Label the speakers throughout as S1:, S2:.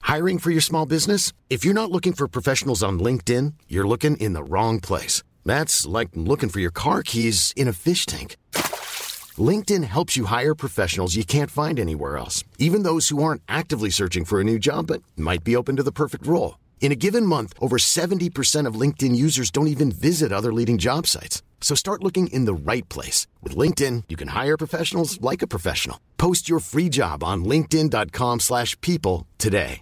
S1: Hiring for your small business? If you're not looking for professionals on LinkedIn, you're looking in the wrong place. That's like looking for your car keys in a fish tank. LinkedIn helps you hire professionals you can't find anywhere else, even those who aren't actively searching for a new job but might be open to the perfect role. In a given month, over 70% of LinkedIn users don't even visit other leading job sites. So start looking in the right place. With LinkedIn, you can hire professionals like a professional. Post your free job on linkedin.com/people today.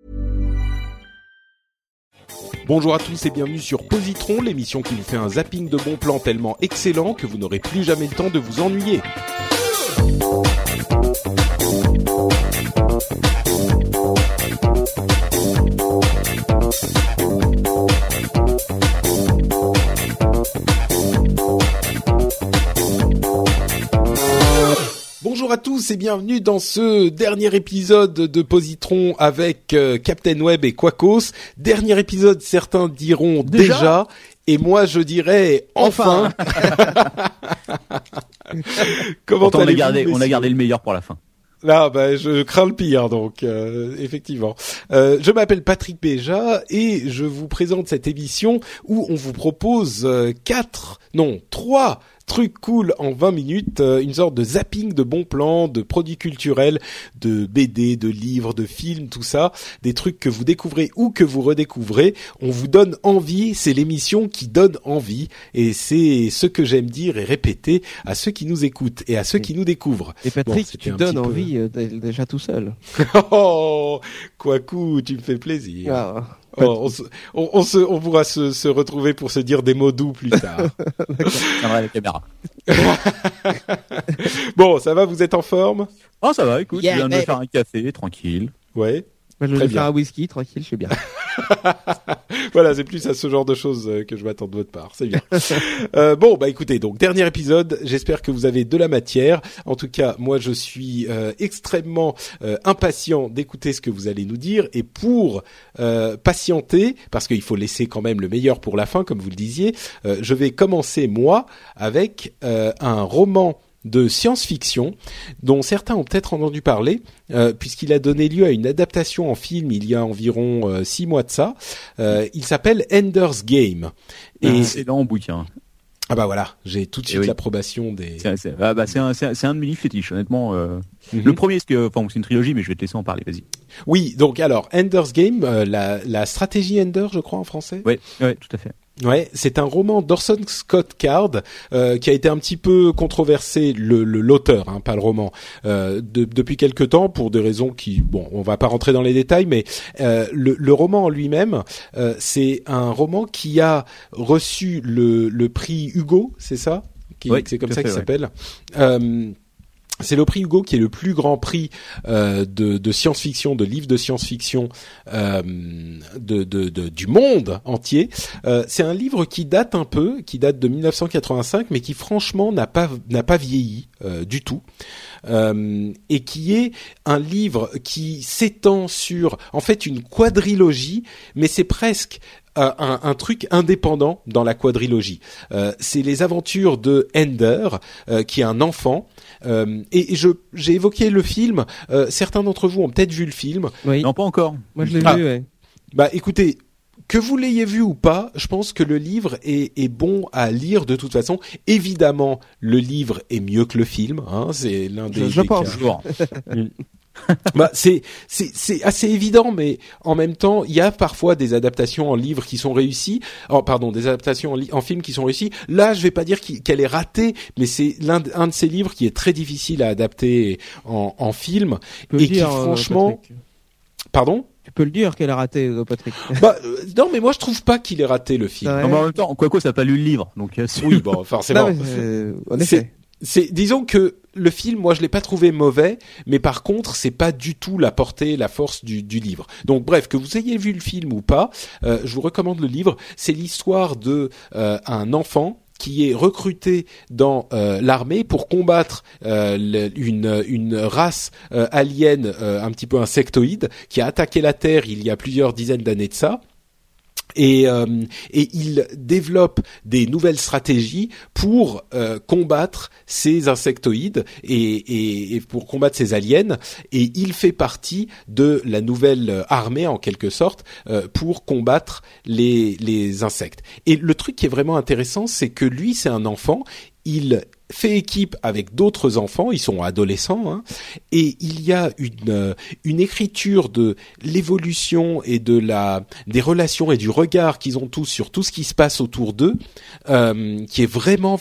S2: Bonjour à tous et bienvenue sur Positron, l'émission qui vous fait un zapping de bons plans tellement excellent que vous n'aurez plus jamais le temps de vous ennuyer. Bonjour à tous et bienvenue dans ce dernier épisode de Positron avec Captain Web et Quacos. Dernier épisode, certains diront déjà et moi je dirais enfin. Comment
S3: on a gardé le meilleur pour la fin.
S2: Là, je crains le pire, donc effectivement. Je m'appelle Patrick Béja et je vous présente cette émission où on vous propose 3 trucs cool en 20 minutes, une sorte de zapping de bons plans, de produits culturels, de BD, de livres, de films, tout ça, des trucs que vous découvrez ou que vous redécouvrez. On vous donne envie, c'est l'émission qui donne envie et c'est ce que j'aime dire et répéter à ceux qui nous écoutent et à ceux qui nous découvrent.
S4: Et Patrick, tu donnes envie déjà tout seul.
S2: Oh, Quacou, tu me fais plaisir.
S4: Ah.
S2: Oh, on pourra se retrouver pour se dire des mots doux plus tard.
S3: Ça va la caméra.
S2: Bon, ça va, vous êtes en forme?
S3: Oh, ça va, écoute, je viens de me faire un café, tranquille.
S2: Ouais.
S4: Moi, je vais faire un whisky, tranquille, je suis bien.
S2: Voilà, c'est plus à ce genre de choses que je m'attends de votre part, c'est bien. Écoutez, donc dernier épisode, j'espère que vous avez de la matière. En tout cas, moi je suis extrêmement impatient d'écouter ce que vous allez nous dire et pour patienter, parce qu'il faut laisser quand même le meilleur pour la fin, comme vous le disiez, je vais commencer moi avec un roman de science-fiction dont certains ont peut-être entendu parler puisqu'il a donné lieu à une adaptation en film il y a environ 6 mois de ça. Il s'appelle Ender's Game.
S3: Et c'est dans mon bouquin.
S2: Ah bah voilà, j'ai tout de suite l'approbation des...
S3: C'est un de mes livres fétiches, honnêtement. Le premier, c'est une trilogie, mais je vais te laisser en parler, vas-y.
S2: Oui, donc alors, Ender's Game, la stratégie Ender, je crois en français.
S3: Ouais, tout à fait.
S2: Ouais, c'est un roman d'Orson Scott Card qui a été un petit peu controversé, l'auteur, pas le roman, depuis quelque temps pour des raisons qui, on va pas rentrer dans les détails, mais le roman en lui-même, c'est un roman qui a reçu le prix Hugo, c'est ça? C'est comme ça qu'il s'appelle. C'est le prix Hugo qui est le plus grand prix de science-fiction, de livres de science-fiction du monde entier. C'est un livre qui date de 1985, mais qui franchement n'a pas vieilli du tout. Et qui est un livre qui s'étend sur en fait une quadrilogie, mais c'est presque un truc indépendant dans la quadrilogie. C'est les aventures de Ender, qui est un enfant. Et j'ai évoqué le film. Certains d'entre vous ont peut-être vu le film.
S4: Oui.
S3: Non, pas encore.
S4: Moi, je l'ai vu. Ouais.
S2: Bah, écoutez. Que vous l'ayez vu ou pas, je pense que le livre est bon à lire de toute façon. Évidemment, le livre est mieux que le film. C'est l'un des.
S4: Je pense.
S2: C'est assez évident, mais en même temps, il y a parfois des adaptations en livre qui sont réussies. Des adaptations en film qui sont réussies. Là, je vais pas dire qu'elle est ratée, mais c'est un de ces livres qui est très difficile à adapter en film et qui franchement. Pardon?
S4: Tu peux le dire qu'elle a raté, Patrick.
S2: Non, mais moi je trouve pas qu'il ait raté le film.
S4: Ouais.
S3: Non, mais en même temps, Quaco, ça n'a pas lu le livre, donc.
S2: Oui, forcément.
S4: Non, en effet.
S2: Disons que le film, moi je l'ai pas trouvé mauvais, mais par contre c'est pas du tout la portée, la force du livre. Donc bref, que vous ayez vu le film ou pas, je vous recommande le livre. C'est l'histoire de un enfant qui est recruté dans l'armée pour combattre une race alien un petit peu insectoïde qui a attaqué la Terre il y a plusieurs dizaines d'années de ça. Et il développe des nouvelles stratégies pour combattre ces insectoïdes et pour combattre ces aliens. Et il fait partie de la nouvelle armée en quelque sorte pour combattre les insectes. Et le truc qui est vraiment intéressant, c'est que lui, c'est un enfant. Il fait équipe avec d'autres enfants, ils sont adolescents, hein, et il y a une écriture de l'évolution et des relations et du regard qu'ils ont tous sur tout ce qui se passe autour d'eux, qui est vraiment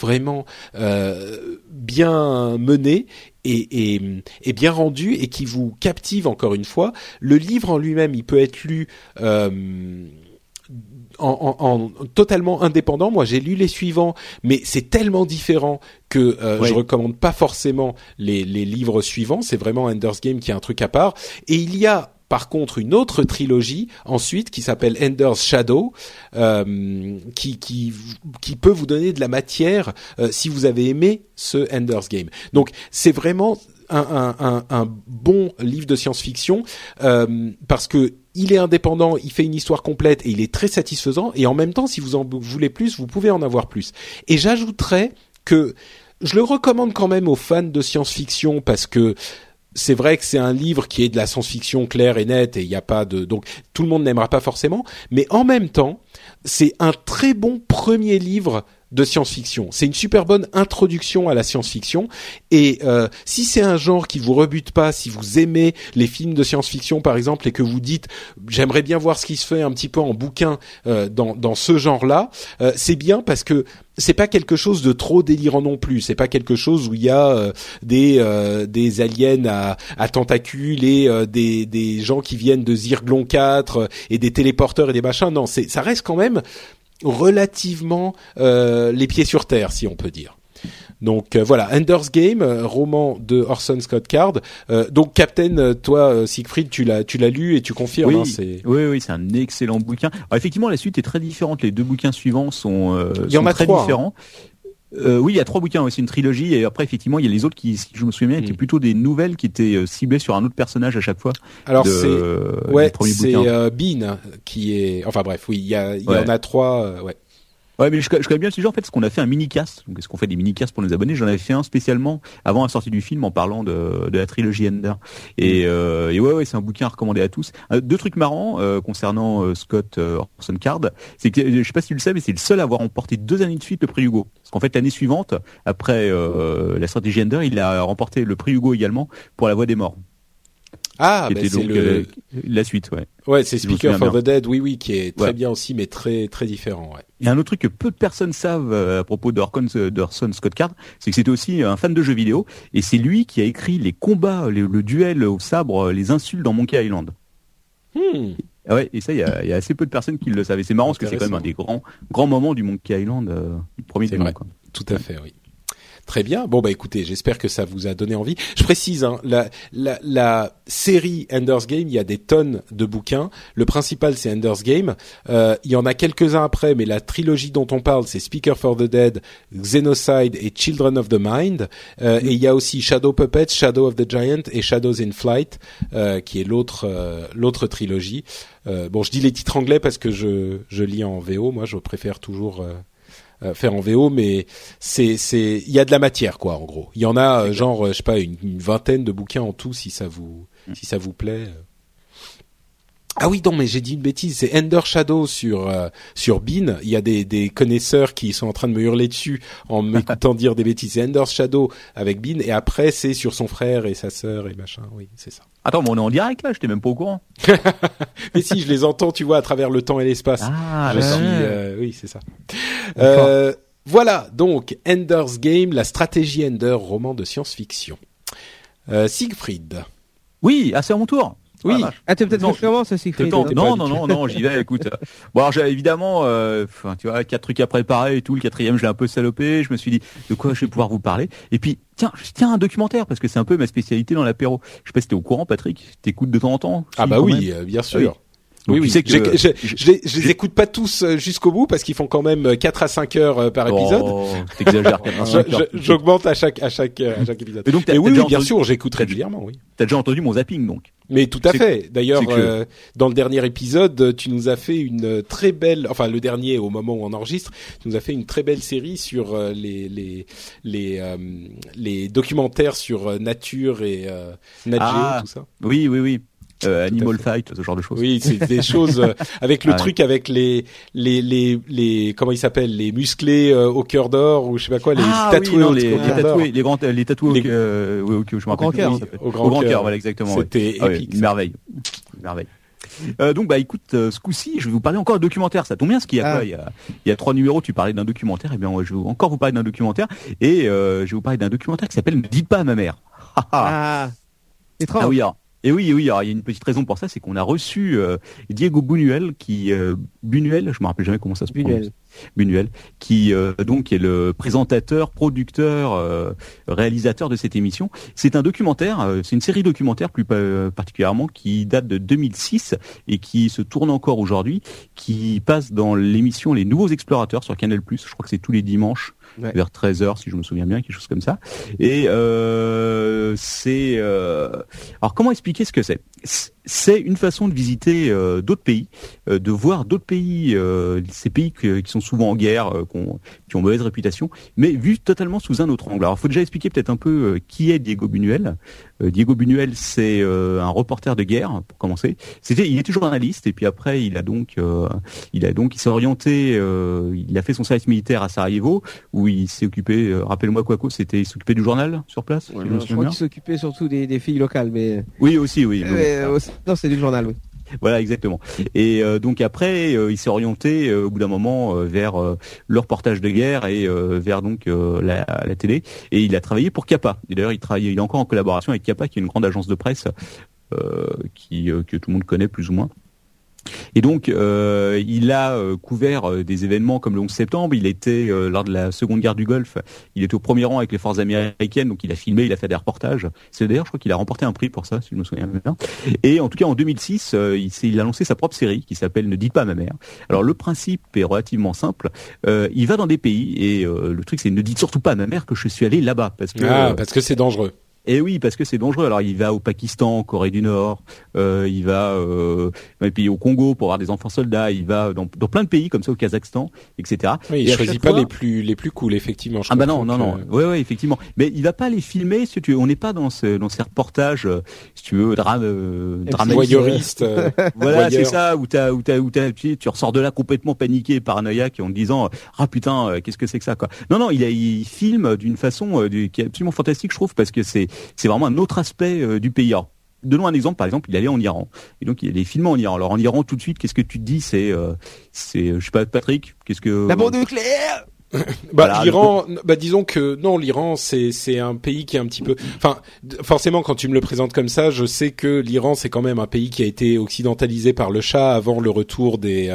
S2: bien menée et bien rendu et qui vous captive encore une fois. Le livre en lui-même, il peut être lu en totalement indépendant. Moi, j'ai lu les suivants, mais c'est tellement différent que je recommande pas forcément les livres suivants. C'est vraiment Ender's Game qui est un truc à part. Et il y a par contre une autre trilogie ensuite qui s'appelle Ender's Shadow, qui peut vous donner de la matière si vous avez aimé ce Ender's Game. Donc c'est vraiment un bon livre de science-fiction parce que il est indépendant, il fait une histoire complète et il est très satisfaisant. Et en même temps, si vous en voulez plus, vous pouvez en avoir plus. Et j'ajouterais que je le recommande quand même aux fans de science-fiction parce que c'est vrai que c'est un livre qui est de la science-fiction claire et nette et il n'y a pas donc tout le monde n'aimera pas forcément. Mais en même temps, c'est un très bon premier livre de science-fiction. C'est une super bonne introduction à la science-fiction et si c'est un genre qui vous rebute pas, si vous aimez les films de science-fiction par exemple et que vous dites j'aimerais bien voir ce qui se fait un petit peu en bouquin dans ce genre-là, c'est bien parce que c'est pas quelque chose de trop délirant non plus. C'est pas quelque chose où il y a des aliens à tentacules et des gens qui viennent de Zirglon 4 et des téléporteurs et des machins. Non, ça reste quand même relativement les pieds sur terre, si on peut dire. Donc voilà, Ender's Game, roman de Orson Scott Card. Donc Captain, toi Siegfried, tu l'as lu et tu confirmes.
S3: Oui,
S2: hein,
S3: oui, c'est un excellent bouquin. Alors, effectivement, la suite est très différente. Les deux bouquins suivants sont très
S2: 3,
S3: différents. Oui, il y a 3 bouquins, c'est une trilogie, et après effectivement il y a les autres qui, si je me souviens bien, étaient plutôt des nouvelles qui étaient ciblées sur un autre personnage à chaque fois.
S2: Alors c'est Bean qui est, enfin bref, oui, il y en a 3, ouais.
S3: Ouais, mais je connais bien le sujet en fait, parce qu'on a fait un mini-cast. Donc, est-ce qu'on fait des mini-casts pour nos abonnés? J'en avais fait un spécialement avant la sortie du film en parlant de la trilogie Ender. Et ouais, c'est un bouquin recommandé à tous. 2 trucs marrants concernant Scott Orson Card, c'est que je sais pas si tu le sais, mais c'est le seul à avoir remporté 2 années de suite le prix Hugo. Parce qu'en fait l'année suivante, après la stratégie Ender, il a remporté le prix Hugo également pour La Voix des Morts.
S2: Ah,
S3: c'est donc la suite, ouais.
S2: Ouais, c'est Speaker for the Dead, oui, qui est très bien aussi, mais très très différent, ouais.
S3: Il y a un autre truc que peu de personnes savent à propos d'Orson Scott Card, c'est que c'était aussi un fan de jeux vidéo, et c'est lui qui a écrit les combats, le duel au sabre, les insultes dans Monkey Island. Ouais, et ça, il y a assez peu de personnes qui le savent. Et c'est marrant parce que c'est quand même un des grands moments du Monkey Island, le premier du monde, quoi.
S2: Tout à fait, oui. Très bien. Bon, bah écoutez, j'espère que ça vous a donné envie. Je précise, hein, la série Ender's Game, il y a des tonnes de bouquins. Le principal, c'est Ender's Game. Il y en a quelques-uns après, mais la trilogie dont on parle, c'est Speaker for the Dead, Xenocide et Children of the Mind. Et il y a aussi Shadow Puppets, Shadow of the Giant et Shadows in Flight, qui est l'autre trilogie. Bon, je dis les titres anglais parce que je lis en VO. Moi, je préfère toujours faire en VO, mais il y a de la matière, quoi, en gros. Il y en a genre, je sais pas, une vingtaine de bouquins en tout, si ça vous plaît. Ah oui, non, mais j'ai dit une bêtise, c'est Ender Shadow sur Bean. Il y a des connaisseurs qui sont en train de me hurler dessus en m'écoutant dire des bêtises. C'est Ender Shadow avec Bean, et après c'est sur son frère et sa sœur et machin. Oui, c'est ça.
S3: Attends, mais on est en direct là, j'étais même pas au courant.
S2: Mais si, je les entends, tu vois, à travers le temps et l'espace.
S3: Ah,
S2: oui, c'est ça. Voilà, donc Ender's Game, la stratégie Ender, roman de science-fiction. Siegfried.
S3: Oui, c'est à mon tour.
S4: Oui. Ah, t'es peut-être vraiment ça, Siegfried.
S3: Non, j'y vais, écoute. Bon, alors, j'ai évidemment, tu vois, 4 trucs à préparer et tout. Le 4e, je l'ai un peu salopé. Je me suis dit, de quoi je vais pouvoir vous parler? Et puis, tiens, un documentaire, parce que c'est un peu ma spécialité dans l'apéro. Je sais pas si t'es au courant, Patrick. T'écoutes de temps en temps?
S2: Ah, bah oui, bien sûr. Donc,
S3: tu sais que
S2: je les écoute pas tous jusqu'au bout parce qu'ils font quand même 4 à 5 heures par épisode.
S3: T'exagères.
S2: J'augmente à chaque épisode.
S3: Et donc,
S2: mais oui, bien sûr, j'écoute régulièrement, oui.
S3: T'as déjà entendu mon zapping, donc.
S2: Mais tout à fait. D'ailleurs, dans le dernier épisode, tu nous as fait une très belle, enfin le dernier au moment où on enregistre, tu nous as fait une très belle série sur les documentaires sur nature et Nat Geo, tout ça.
S3: Oui. Animal Fight, ce genre de choses.
S2: Oui, c'est des choses avec le truc avec les comment ils s'appellent, les musclés au cœur d'or ou je sais pas quoi, les tatoués
S3: les tatoués je me rappelle
S2: au grand cœur,
S3: voilà exactement.
S2: C'était épique.
S3: Une merveille. Donc écoute, ce coup-ci, je vais vous parler encore de documentaire. Ça tombe bien, parce qu'il y a il y a 3 numéros. Tu parlais d'un documentaire, et bien je vais encore vous parler d'un documentaire, et je vais vous parler d'un documentaire qui s'appelle Ne dites pas à ma mère.
S4: Étrange.
S3: Ah oui. Et oui, alors il y a une petite raison pour ça, c'est qu'on a reçu Diego Buñuel, Buñuel, je me rappelle jamais comment ça se prononce. Buñuel, qui donc est le présentateur, producteur, réalisateur de cette émission. C'est un documentaire, c'est une série documentaire plus particulièrement qui date de 2006 et qui se tourne encore aujourd'hui, qui passe dans l'émission Les Nouveaux Explorateurs sur Canal+. Je crois que c'est tous les dimanches. Ouais. Vers 13h si je me souviens bien, quelque chose comme ça. Et c'est alors comment expliquer ce que c'est ? C'est une façon de visiter d'autres pays, de voir d'autres pays, ces pays qui sont souvent en guerre, qui ont mauvaise réputation, mais vu totalement sous un autre angle. Alors, il faut déjà expliquer peut-être un peu qui est Diego Buñuel. Diego Buñuel, c'est un reporter de guerre pour commencer. Il était journaliste et puis après, il s'est orienté, il a fait son service militaire à Sarajevo où il s'est occupé. Rappelle-moi Quaco, il s'occupait du journal sur place.
S4: Ouais, je crois qu'il s'occupait surtout des filles locales, mais.
S3: Oui, aussi, oui.
S4: Non, c'est du journal, oui.
S3: Voilà, exactement. Et donc après, il s'est orienté au bout d'un moment vers le reportage de guerre et vers donc la télé. Et il a travaillé pour Capa. Et d'ailleurs, il est encore en collaboration avec Capa, qui est une grande agence de presse que tout le monde connaît plus ou moins. Et donc, il a couvert des événements comme le 11 septembre. Il était lors de la Seconde Guerre du Golfe. Il était au premier rang avec les forces américaines. Donc, il a filmé, il a fait des reportages. C'est d'ailleurs, je crois qu'il a remporté un prix pour ça, si je me souviens bien. Et en tout cas, en 2006, il a lancé sa propre série qui s'appelle Ne dites pas à ma mère. Alors, le principe est relativement simple. Il va dans des pays et le truc, c'est ne dites surtout pas à ma mère que je suis allé là-bas parce
S2: que c'est dangereux.
S3: Et oui, parce que c'est dangereux. Alors, il va au Pakistan, en Corée du Nord, il va et puis au Congo pour avoir des enfants soldats. Il va dans plein de pays comme ça, au Kazakhstan, etc.
S2: Oui, il choisit pas les plus cool, effectivement.
S3: Non. Ouais, effectivement. Mais il va pas les filmer. Si tu veux, on n'est pas dans ces reportages, si tu veux,
S2: voyeuristes.
S3: Voilà, c'est ça. Où tu ressors de là complètement paniqué, paranoïaque, en te disant ah putain, qu'est-ce que c'est que ça, quoi. Non, il filme d'une façon qui est absolument fantastique, je trouve, parce que c'est vraiment un autre aspect du pays. Alors, donnons un exemple. Par exemple, il est allé en Iran. Et donc, il est filmé en Iran. Alors, en Iran, tout de suite, qu'est-ce que tu te dis ? Je sais pas, Patrick, qu'est-ce que...
S4: La bombe nucléaire.
S2: Voilà, l'Iran, disons que non, l'Iran c'est un pays qui est un petit peu, enfin forcément quand tu me le présentes comme ça, je sais que l'Iran c'est quand même un pays qui a été occidentalisé par le Shah avant le retour des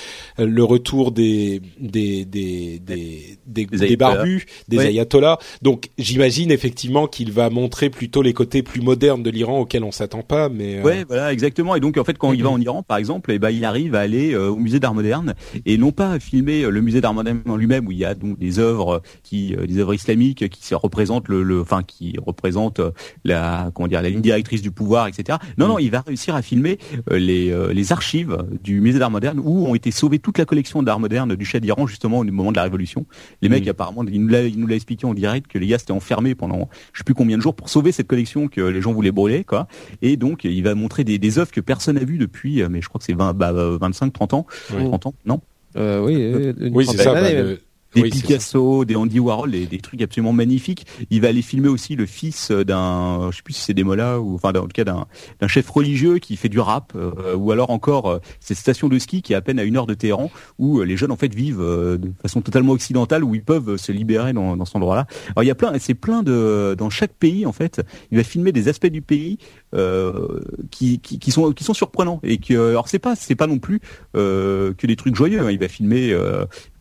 S2: barbus, des ayatollahs. Donc j'imagine effectivement qu'il va montrer plutôt les côtés plus modernes de l'Iran auxquels on s'attend pas, mais
S3: ouais, voilà, exactement. Et donc en fait quand il va en Iran par exemple, il arrive à aller au musée d'art moderne et non pas à filmer le musée d'art moderne en lui-même où il y a donc des œuvres islamiques qui représentent qui représentent la ligne directrice du pouvoir, etc. Non, il va réussir à filmer les archives du musée d'art moderne où ont été sauvées toute la collection d'art moderne du Shah d'Iran justement au moment de la Révolution. Les mecs apparemment, il nous l'a expliqué en direct que les gars s'étaient enfermés pendant je sais plus combien de jours pour sauver cette collection que les gens voulaient brûler, quoi. Et donc il va montrer des œuvres que personne n'a vues depuis, mais je crois que c'est 25, 30 ans, 30 ans, non?
S2: Oui, c'est ça.
S3: Des Picasso, des Andy Warhol, des trucs absolument magnifiques. Il va aller filmer aussi le fils d'un, je sais plus si c'est des mollahs ou en tout cas d'un chef religieux qui fait du rap, ou alors encore cette station de ski qui est à peine à 1 heure de Téhéran où les jeunes en fait vivent de façon totalement occidentale où ils peuvent se libérer dans cet endroit-là. Alors il y a plein dans chaque pays en fait, il va filmer des aspects du pays qui sont surprenants et que alors c'est pas non plus que des trucs joyeux, hein. Il va filmer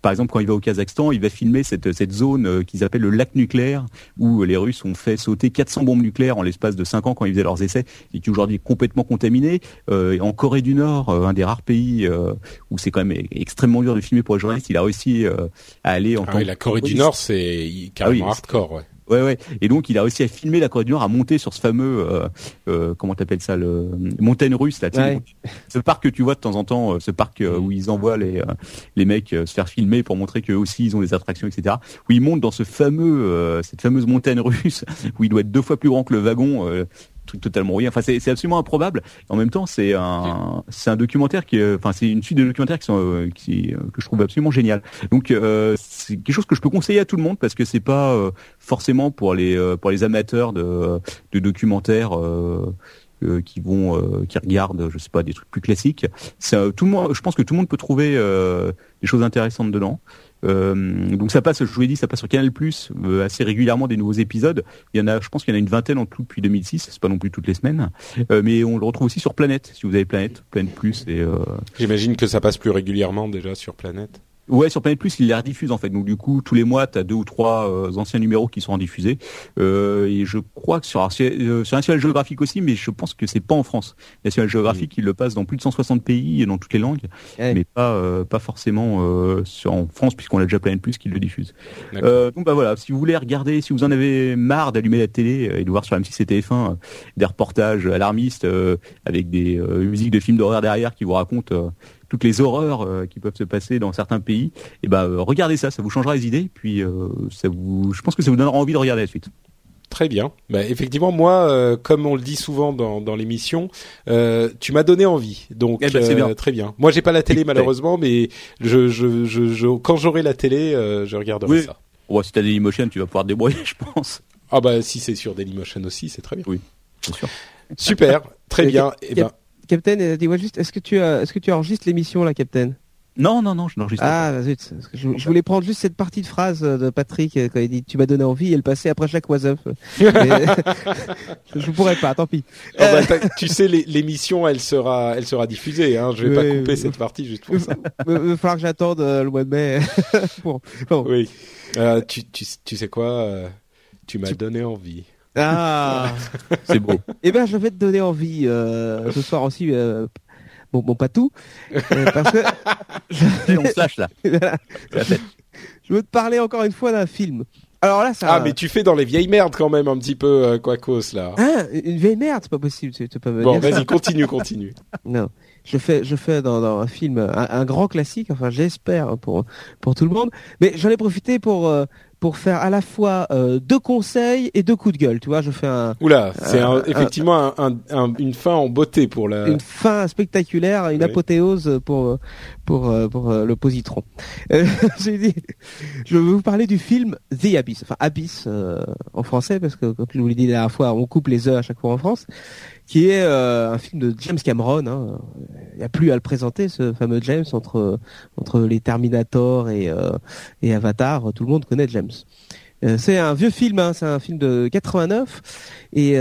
S3: par exemple, quand il va au Kazakhstan, il va filmer cette zone qu'ils appellent le lac nucléaire, où les Russes ont fait sauter 400 bombes nucléaires en l'espace de 5 ans quand ils faisaient leurs essais, et qui aujourd'hui est complètement contaminé. En Corée du Nord, un des rares pays où c'est quand même extrêmement dur de filmer pour les journalistes, il a réussi à aller en tant
S2: la Corée du Nord, c'est carrément hardcore, ouais.
S3: Ouais. Et donc, il a réussi à filmer la Corée du Nord, à monter sur ce fameux, comment t'appelles ça, le montagne russe, là, ce parc que tu vois de temps en temps, ce parc où ils envoient les mecs se faire filmer pour montrer qu'eux aussi ils ont des attractions, etc. Où ils montent dans cette fameuse montagne russe, où il doit être 2 fois plus grand que le wagon, truc totalement rien. Enfin, c'est absolument improbable. En même temps, c'est un documentaire c'est une suite de documentaires que je trouve absolument génial. Donc, c'est quelque chose que je peux conseiller à tout le monde parce que c'est pas forcément pour les amateurs de documentaires qui regardent, je sais pas, des trucs plus classiques. Tout le monde, je pense que tout le monde peut trouver des choses intéressantes dedans. Donc ça passe, je vous l'ai dit, ça passe sur Canal+, assez régulièrement des nouveaux épisodes. Je pense qu'il y en a une vingtaine en tout depuis 2006, c'est pas non plus toutes les semaines. Mais on le retrouve aussi sur Planète, si vous avez Planète Plus et
S2: J'imagine que ça passe plus régulièrement déjà sur Planète.
S3: Ouais, sur Planète Plus, ils les rediffusent en fait. Donc du coup, tous les mois, t'as 2 ou 3 anciens numéros qui sont rediffusés. Et je crois que sur National Geographic aussi, mais je pense que c'est pas en France. National Geographic, ils le passent dans plus de 160 pays et dans toutes les langues, mais pas forcément en France puisqu'on a déjà Planète Plus qui le diffuse. Donc voilà, si vous voulez regarder, si vous en avez marre d'allumer la télé et de voir sur M6 et TF1 des reportages alarmistes avec des musiques de films d'horreur derrière qui vous racontent toutes les horreurs qui peuvent se passer dans certains pays, et regardez ça vous changera les idées, puis je pense que ça vous donnera envie de regarder la suite.
S2: Très bien. Effectivement, moi, comme on le dit souvent dans l'émission, tu m'as donné envie. Donc, c'est bien. Très bien. Moi, j'ai pas la télé malheureusement, mais quand j'aurai la télé, je regarderai ça.
S3: Ouais, si t'as Dailymotion, tu vas pouvoir te débrouiller, je pense.
S2: Ah si c'est sur Dailymotion aussi, c'est très bien.
S3: Oui, bien sûr.
S2: Super, très bien.
S4: Captain, dis-moi juste, est-ce que tu enregistres l'émission là, Captain?
S3: Non, je n'enregistre pas.
S4: Ah, zut. Parce que je voulais prendre juste cette partie de phrase de Patrick quand il dit tu m'as donné envie et le passer après chaque was up. Je pourrais pas, tant pis.
S2: Tu sais, l'émission, elle sera diffusée, hein. Je vais pas couper cette partie juste pour ça.
S4: Il va falloir que j'attende le mois de mai. Bon.
S2: Oui. Tu sais quoi, tu m'as donné envie.
S4: Ah,
S3: c'est beau.
S4: Eh ben, je vais te donner envie ce soir aussi. Bon, pas tout, parce que
S3: on se lâche là.
S4: Voilà. Je veux te parler encore une fois d'un film. Alors là, ça.
S2: Ah, mais tu fais dans les vieilles merdes quand même un petit peu, Quacos là.
S4: Ah, une vieille merde, c'est pas possible. Tu peux pas me
S2: dire. Bon,
S4: vas-y,
S2: ça. continue.
S4: Non, je fais dans un film un grand classique. Enfin, j'espère pour tout le monde. Mais j'en ai profité pour faire à la fois 2 conseils et 2 coups de gueule, tu vois, je fais effectivement une fin en beauté pour une fin spectaculaire, une apothéose pour le positron. J'ai dit, je vais vous parler du film The Abyss, enfin Abyss en français parce que comme je vous l'ai dit la dernière fois, on coupe les E à chaque fois en France, qui est un film de James Cameron. Hein. Il n'y a plus à le présenter, ce fameux James, entre les Terminator et Avatar. Tout le monde connaît James. C'est un vieux film, hein, c'est un film de 89. Et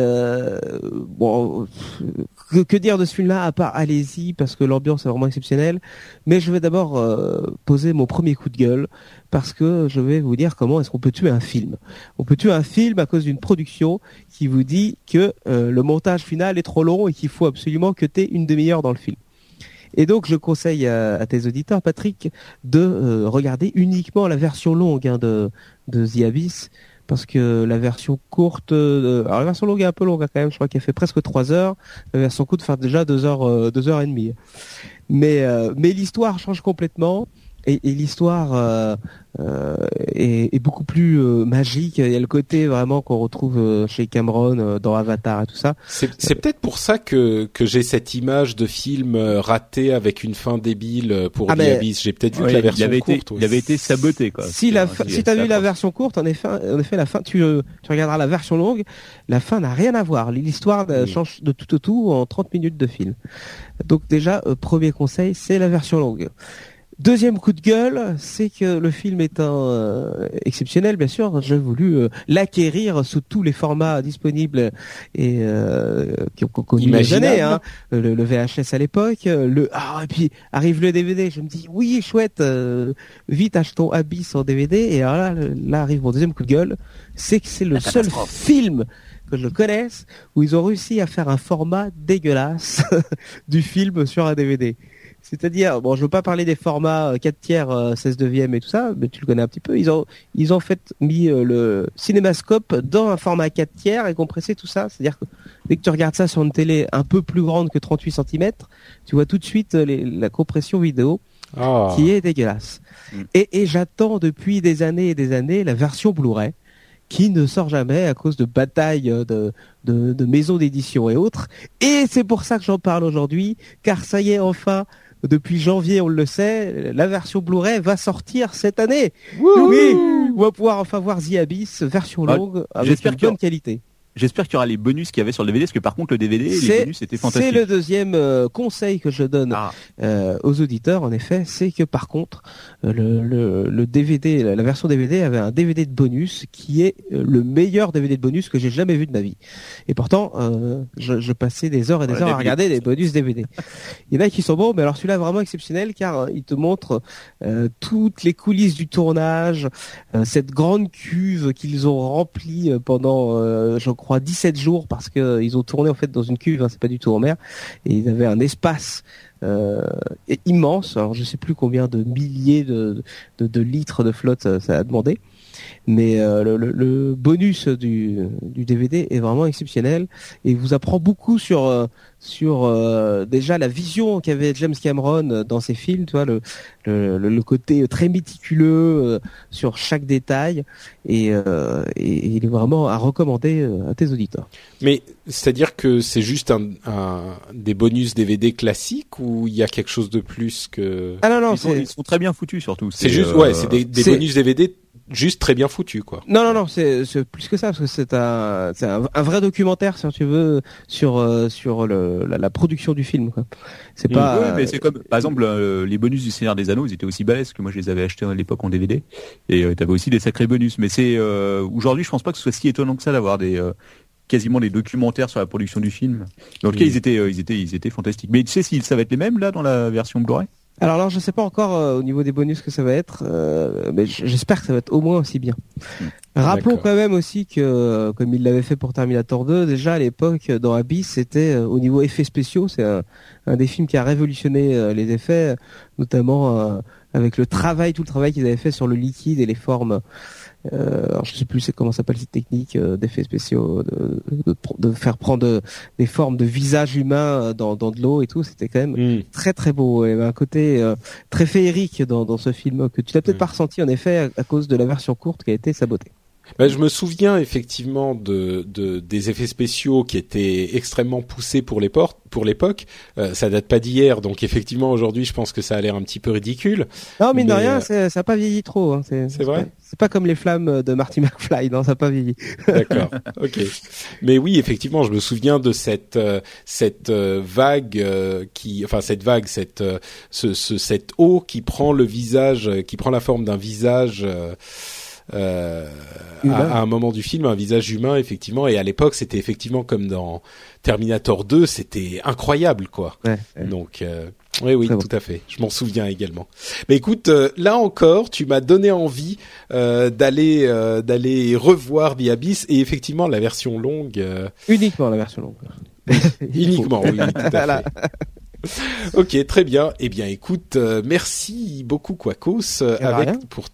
S4: que dire de ce film-là à part allez-y parce que l'ambiance est vraiment exceptionnelle. Mais je vais d'abord poser mon premier coup de gueule parce que je vais vous dire comment est-ce qu'on peut tuer un film. On peut tuer un film à cause d'une production qui vous dit que le montage final est trop long et qu'il faut absolument que t'aies une demi-heure dans le film. Et donc, je conseille à tes auditeurs, Patrick, de regarder uniquement la version longue de The Abyss, parce que la version courte, alors la version longue est un peu longue quand même, je crois qu'elle fait presque 3 heures, la version courte fait déjà 2 heures et demie. Mais l'histoire change complètement. Et l'histoire est beaucoup plus magique. Il y a le côté vraiment qu'on retrouve chez Cameron dans Avatar et tout ça.
S2: C'est peut-être pour ça que j'ai cette image de film raté avec une fin débile pour The Abyss. J'ai peut-être vu que la version courte.
S3: Il avait été saboté quoi.
S4: Si t'as vu la version courte, en effet la fin, tu regarderas la version longue. La fin n'a rien à voir. L'histoire change de tout au tout en 30 minutes de film. Donc déjà, premier conseil, c'est la version longue. Deuxième coup de gueule, c'est que le film étant exceptionnel, bien sûr, j'ai voulu l'acquérir sous tous les formats disponibles et qui ont connu les années. Hein. Le VHS à l'époque, et puis arrive le DVD. Je me dis oui, chouette, vite achetons Abyss en DVD. Et alors là arrive mon deuxième coup de gueule, c'est que c'est le seul film que je connaisse où ils ont réussi à faire un format dégueulasse du film sur un DVD. C'est-à-dire, bon, je veux pas parler des formats 4/3, 16/9 et tout ça, mais tu le connais un petit peu. Ils ont en fait mis le cinémascope dans un format 4/3 et compressé tout ça. C'est-à-dire que dès que tu regardes ça sur une télé un peu plus grande que 38 cm, tu vois tout de suite la compression vidéo qui est dégueulasse. Et j'attends depuis des années et des années la version Blu-ray qui ne sort jamais à cause de batailles de maisons d'édition et autres. Et c'est pour ça que j'en parle aujourd'hui, car ça y est, enfin, depuis janvier, on le sait, la version Blu-ray va sortir cette année. Oui, on va pouvoir enfin voir The Abyss, version longue, avec une bonne qualité.
S3: J'espère qu'il y aura les bonus qu'il y avait sur le DVD, parce que par contre le DVD, les bonus étaient fantastiques.
S4: C'est le deuxième conseil que je donne aux auditeurs, en effet, c'est que par contre le DVD, la version DVD avait un DVD de bonus qui est le meilleur DVD de bonus que j'ai jamais vu de ma vie. Et pourtant, je passais des heures et des heures à regarder des bonus DVD. Il y en a qui sont bons, mais alors celui-là est vraiment exceptionnel car il te montre toutes les coulisses du tournage, cette grande cuve qu'ils ont remplie pendant, je crois, 17 jours parce que ils ont tourné en fait dans une cuve, hein, c'est pas du tout en mer, et ils avaient un espace immense. Alors je sais plus combien de milliers de litres de flotte ça a demandé, mais le bonus du DVD est vraiment exceptionnel et vous apprend beaucoup sur déjà la vision qu'avait James Cameron dans ses films, tu vois, le côté très méticuleux sur chaque détail, et il est vraiment à recommander à tes auditeurs.
S2: Mais c'est-à-dire que c'est juste des bonus DVD classiques ou il y a quelque chose de plus que...
S3: Ah non, ils sont très bien foutus surtout.
S2: C'est juste, c'est des bonus DVD juste très bien foutu, quoi.
S4: Non, c'est plus que ça, parce que c'est un vrai documentaire, si tu veux, sur la production du film, quoi. C'est pas.
S3: Oui, mais c'est comme, par exemple, les bonus du Seigneur des Anneaux, ils étaient aussi balèzes que moi je les avais achetés à l'époque en DVD, et t'avais aussi des sacrés bonus. Mais c'est aujourd'hui, je pense pas que ce soit si étonnant que ça d'avoir quasiment des documentaires sur la production du film. Dans lequel ils étaient fantastiques. Mais tu sais si ça va être les mêmes là dans la version Blu-ray?
S4: Alors je sais pas encore au niveau des bonus que ça va être, mais j'espère que ça va être au moins aussi bien. Rappelons quand même aussi que, comme il l'avait fait pour Terminator 2, déjà à l'époque dans Abyss, c'était au niveau effets spéciaux, c'est un des films qui a révolutionné les effets, notamment avec tout le travail qu'ils avaient fait sur le liquide et les formes. Alors je sais plus comment s'appelle cette technique d'effets spéciaux, de faire prendre des formes de visage humain dans de l'eau et tout. C'était quand même très très beau. Il y avait un côté très féerique dans ce film que tu n'as peut-être pas ressenti en effet à cause de la version courte qui a été sabotée.
S2: Je me souviens effectivement des effets spéciaux qui étaient extrêmement poussés pour l'époque. Ça date pas d'hier, donc effectivement aujourd'hui je pense que ça a l'air un petit peu ridicule.
S4: Non, mine de rien, ça a pas vieilli trop. Hein.
S2: C'est vrai.
S4: C'est pas comme les flammes de Marty McFly, non, ça a pas vieilli.
S2: D'accord, ok. Mais oui, effectivement, je me souviens de cette vague cette eau qui prend le visage, qui prend la forme d'un visage. À un moment du film, un visage humain, effectivement, et à l'époque c'était effectivement comme dans Terminator 2, c'était incroyable, quoi. Ouais. Donc oui, tout à fait, je m'en souviens également. Mais écoute, là encore tu m'as donné envie d'aller revoir The Abyss, et effectivement la version longue,
S4: uniquement la version longue.
S2: Uniquement, oui, tout à fait. Ok, très bien. Eh bien écoute, merci beaucoup Quacos pour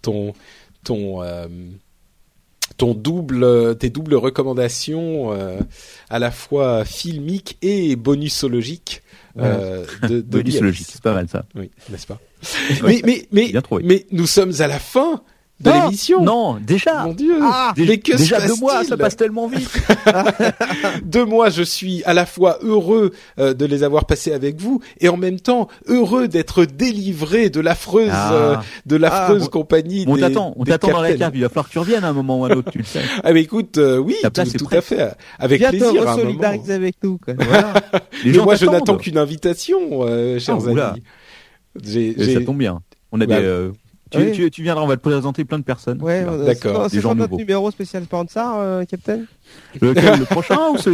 S2: tes doubles recommandations à la fois filmiques et bonusologiques.
S3: Bonusologique, c'est pas mal ça.
S2: Oui, n'est-ce pas? Mais nous sommes à la fin de l'émission.
S3: Non, déjà.
S2: Mon Dieu.
S3: Mais que déjà 2 mois, ça passe tellement vite.
S2: 2 mois, je suis à la fois heureux de les avoir passés avec vous et en même temps heureux d'être délivré de l'affreuse compagnie.
S3: On t'attend dans la cave. Il va falloir que tu reviennes à un moment ou à un autre, tu le sais.
S2: Ah mais écoute, oui, tout à fait, avec plaisir.
S4: Viens te solidariser avec nous. Quoi. Voilà.
S2: Mais moi, je n'attends qu'une invitation, chers amis.
S3: Ça tombe bien. On a
S2: Bah,
S3: tu viendras, on va te présenter plein de personnes.
S4: Ouais,
S2: D'accord.
S4: C'est
S3: Des gens
S4: pas notre
S3: nouveaux.
S4: numéro spécial Pansar, Captain.
S3: Le prochain ou celui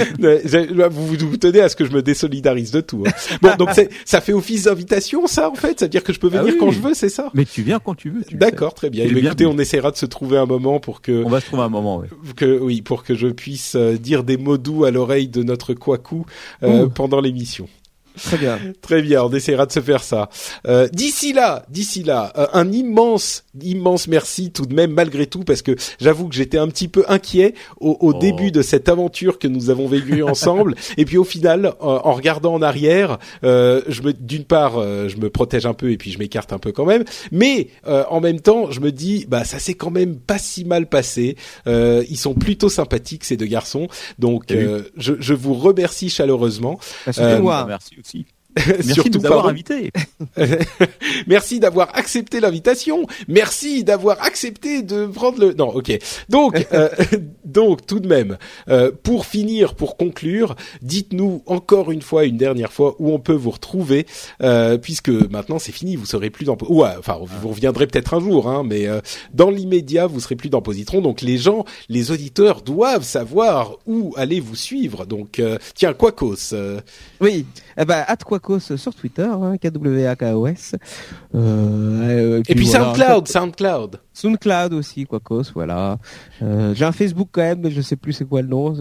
S2: Vous tenez à ce que je me désolidarise de tout. Hein. Bon, donc ça fait office d'invitation, ça, en fait. C'est-à-dire que je peux venir quand je veux, c'est ça?
S3: Mais tu viens quand tu veux.
S2: D'accord, très bien.
S3: Tu es
S2: Écoutez,
S3: bienvenu.
S2: on essaiera de se trouver un moment pour que
S3: On va se trouver un moment. Ouais.
S2: pour que je puisse dire des mots doux à l'oreille de notre Kwaku pendant l'émission.
S4: Très bien.
S2: Très bien, on essaiera de se faire ça. D'ici là, un immense merci tout de même malgré tout, parce que j'avoue que j'étais un petit peu inquiet au début de cette aventure que nous avons vécue ensemble. Et puis au final, en regardant en arrière, d'une part, je me protège un peu et puis je m'écarte un peu quand même. Mais en même temps, je me dis, bah ça s'est quand même pas si mal passé. Ils sont plutôt sympathiques ces deux garçons. Donc je vous remercie chaleureusement.
S4: C'était moi.
S3: Merci aussi. Merci
S2: Surtout
S3: de nous avoir
S2: pardon.
S3: invités.
S2: Merci d'avoir accepté l'invitation. Merci d'avoir accepté de prendre le. Non, ok. Donc tout de même, pour conclure, dites-nous encore une dernière fois où on peut vous retrouver, puisque maintenant c'est fini, vous serez plus dans. Vous reviendrez peut-être un jour, hein, mais dans l'immédiat, vous serez plus dans Positron. Donc les auditeurs doivent savoir où aller vous suivre. Donc tiens, Quacos.
S4: Oui. @Quacos sur Twitter, hein, KWAKOS.
S2: Et puis
S4: voilà.
S2: SoundCloud.
S4: Aussi, Quacos, voilà. J'ai un Facebook quand même, mais je sais plus c'est quoi le nom.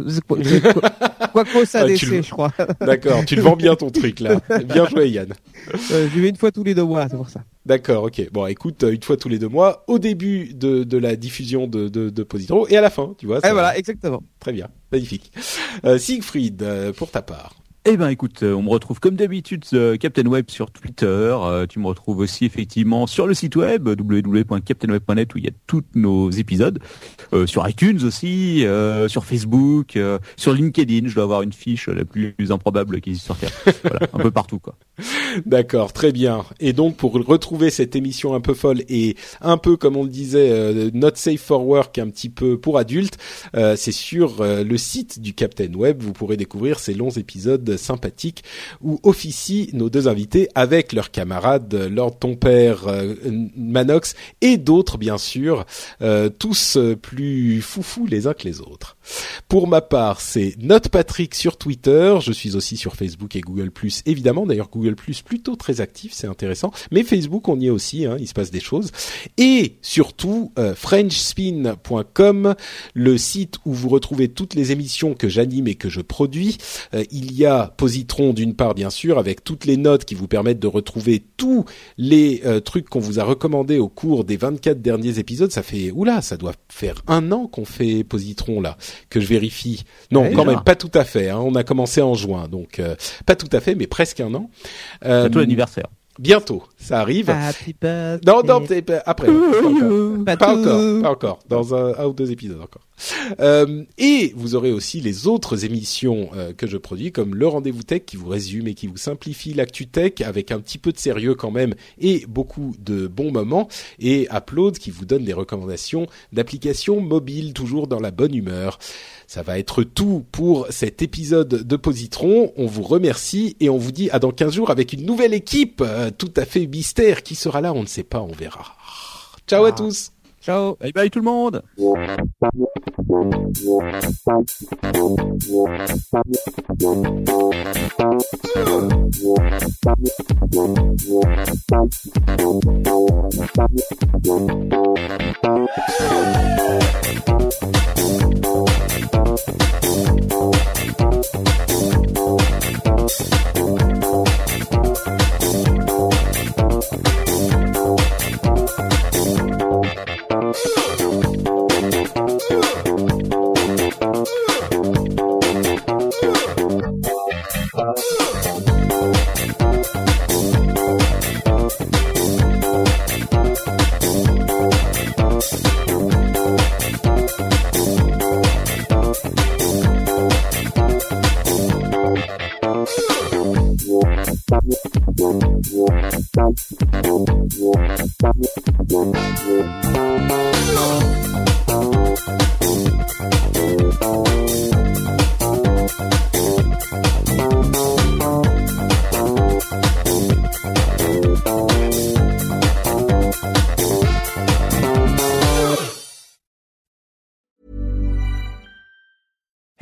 S4: Quacos ADC, je crois.
S2: D'accord, tu le vends bien ton truc là. Bien joué, Yann.
S4: J'y vais une fois tous les 2 mois, c'est pour ça.
S2: D'accord, ok. Bon, écoute, une fois tous les 2 mois, au début de la diffusion de Positron et à la fin, tu vois.
S4: Voilà, exactement.
S2: Très bien, magnifique. Siegfried, pour ta part.
S3: Eh ben écoute, on me retrouve comme d'habitude Captain Web sur Twitter, tu me retrouves aussi effectivement sur le site web www.captainweb.net où il y a tous nos épisodes, sur iTunes aussi, sur Facebook, sur LinkedIn, je dois avoir une fiche la plus improbable qui existe sur Terre. Voilà, un peu partout quoi.
S2: D'accord, très bien. Et donc pour retrouver cette émission un peu folle et un peu comme on le disait not safe for work, un petit peu pour adultes, c'est sur le site du Captain Web, vous pourrez découvrir ces longs épisodes sympathiques où officient nos deux invités avec leurs camarades Lord Ton Père, Manox et d'autres bien sûr, tous plus foufous les uns que les autres. Pour ma part, c'est NotePatrick sur Twitter, je suis aussi sur Facebook et Google+, évidemment, d'ailleurs Google+, plutôt très actif, c'est intéressant, mais Facebook on y est aussi, hein, il se passe des choses, et surtout FrenchSpin.com, le site où vous retrouvez toutes les émissions que j'anime et que je produis. Il y a Positron d'une part bien sûr, avec toutes les notes qui vous permettent de retrouver tous les trucs qu'on vous a recommandés au cours des 24 derniers épisodes. Ça doit faire 1 an qu'on fait Positron là, que je vérifie. Non,
S3: ouais,
S2: quand
S3: déjà.
S2: même pas tout à fait, hein, on a commencé en juin, donc pas tout à fait, mais presque 1 an.
S3: Bientôt l'anniversaire.
S2: Bientôt, ça arrive.
S4: Happy birthday.
S2: Non, après. Pas
S4: tout.
S2: encore. Dans un ou 2 épisodes encore. Et vous aurez aussi les autres émissions que je produis, comme le Rendez-vous Tech, qui vous résume et qui vous simplifie l'actu tech avec un petit peu de sérieux quand même et beaucoup de bons moments. Et Upload, qui vous donne des recommandations d'applications mobiles, toujours dans la bonne humeur. Ça va être tout pour cet épisode de Positron. On vous remercie et on vous dit à dans 15 jours avec une nouvelle équipe tout à fait mystère. Qui sera là? On ne sait pas, on verra. Ciao à tous.
S4: Ciao.
S3: Bye bye tout le monde.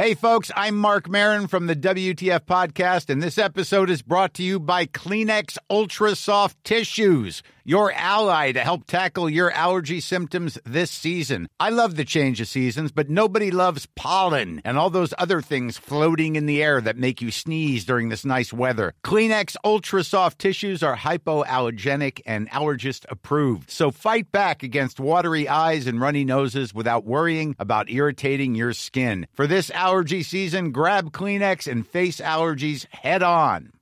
S5: Hey, folks, I'm Mark Maron from the WTF Podcast, and this episode is brought to you by Kleenex Ultra Soft Tissues, your ally to help tackle your allergy symptoms this season. I love the change of seasons, but nobody loves pollen and all those other things floating in the air that make you sneeze during this nice weather. Kleenex Ultra Soft Tissues are hypoallergenic and allergist approved, so fight back against watery eyes and runny noses without worrying about irritating your skin. For this allergy season, grab Kleenex and face allergies head on.